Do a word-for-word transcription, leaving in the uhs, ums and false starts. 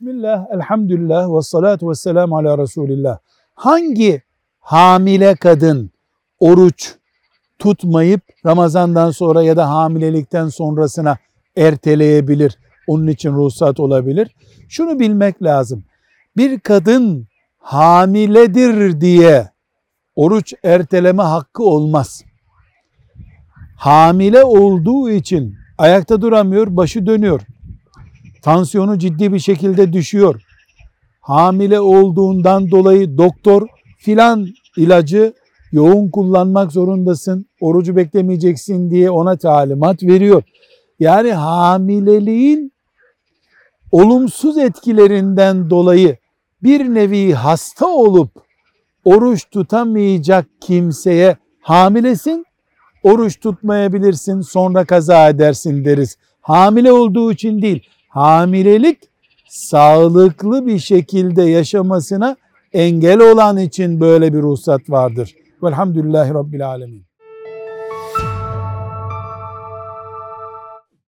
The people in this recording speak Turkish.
Bismillah, elhamdülillah ve salatu ve selamu ala Resulillah. Hangi hamile kadın oruç tutmayıp Ramazan'dan sonra ya da hamilelikten sonrasına erteleyebilir? Onun için ruhsat olabilir. Şunu bilmek lazım. Bir kadın hamiledir diye oruç erteleme hakkı olmaz. Hamile olduğu için ayakta duramıyor, başı dönüyor. Tansiyonu ciddi bir şekilde düşüyor. Hamile olduğundan dolayı doktor filan ilacı yoğun kullanmak zorundasın, orucu beklemeyeceksin diye ona talimat veriyor. Yani hamileliğin olumsuz etkilerinden dolayı bir nevi hasta olup oruç tutamayacak kimseye hamilesin, oruç tutmayabilirsin, sonra kaza edersin deriz. Hamile olduğu için değil, hamilelik sağlıklı bir şekilde yaşamasına engel olan için böyle bir ruhsat vardır. Velhamdülillahi Rabbil Alemin.